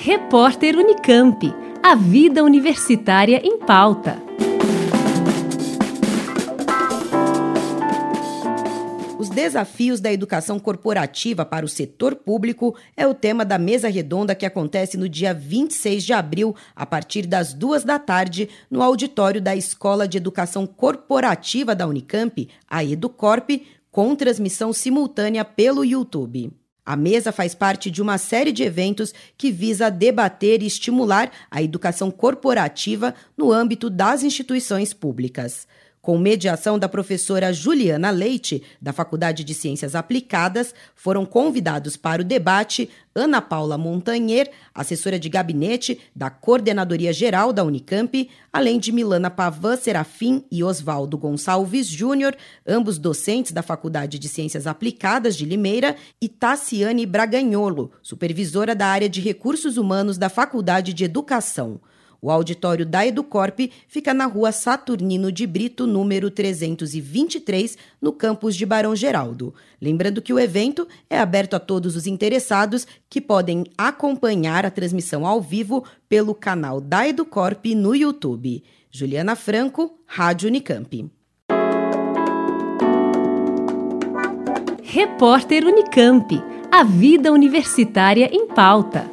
Repórter Unicamp. A vida universitária em pauta. Os desafios da educação corporativa para o setor público é o tema da mesa redonda que acontece no dia 26 de abril, a partir das 14h, no auditório da Escola de Educação Corporativa da Unicamp, a EduCorp, com transmissão simultânea pelo YouTube. A mesa faz parte de uma série de eventos que visa debater e estimular a educação corporativa no âmbito das instituições públicas. Com mediação da professora Juliana Leite, da Faculdade de Ciências Aplicadas, foram convidados para o debate Ana Paula Montanher, assessora de gabinete da Coordenadoria Geral da Unicamp, além de Milana Pavan Serafim e Oswaldo Gonçalves Júnior, ambos docentes da Faculdade de Ciências Aplicadas de Limeira, e Tassiane Braganholo, supervisora da área de Recursos Humanos da Faculdade de Educação. O auditório da EduCorp fica na rua Saturnino de Brito, número 323, no campus de Barão Geraldo. Lembrando que o evento é aberto a todos os interessados que podem acompanhar a transmissão ao vivo pelo canal da EduCorp no YouTube. Juliana Franco, Rádio Unicamp. Repórter Unicamp. A vida universitária em pauta.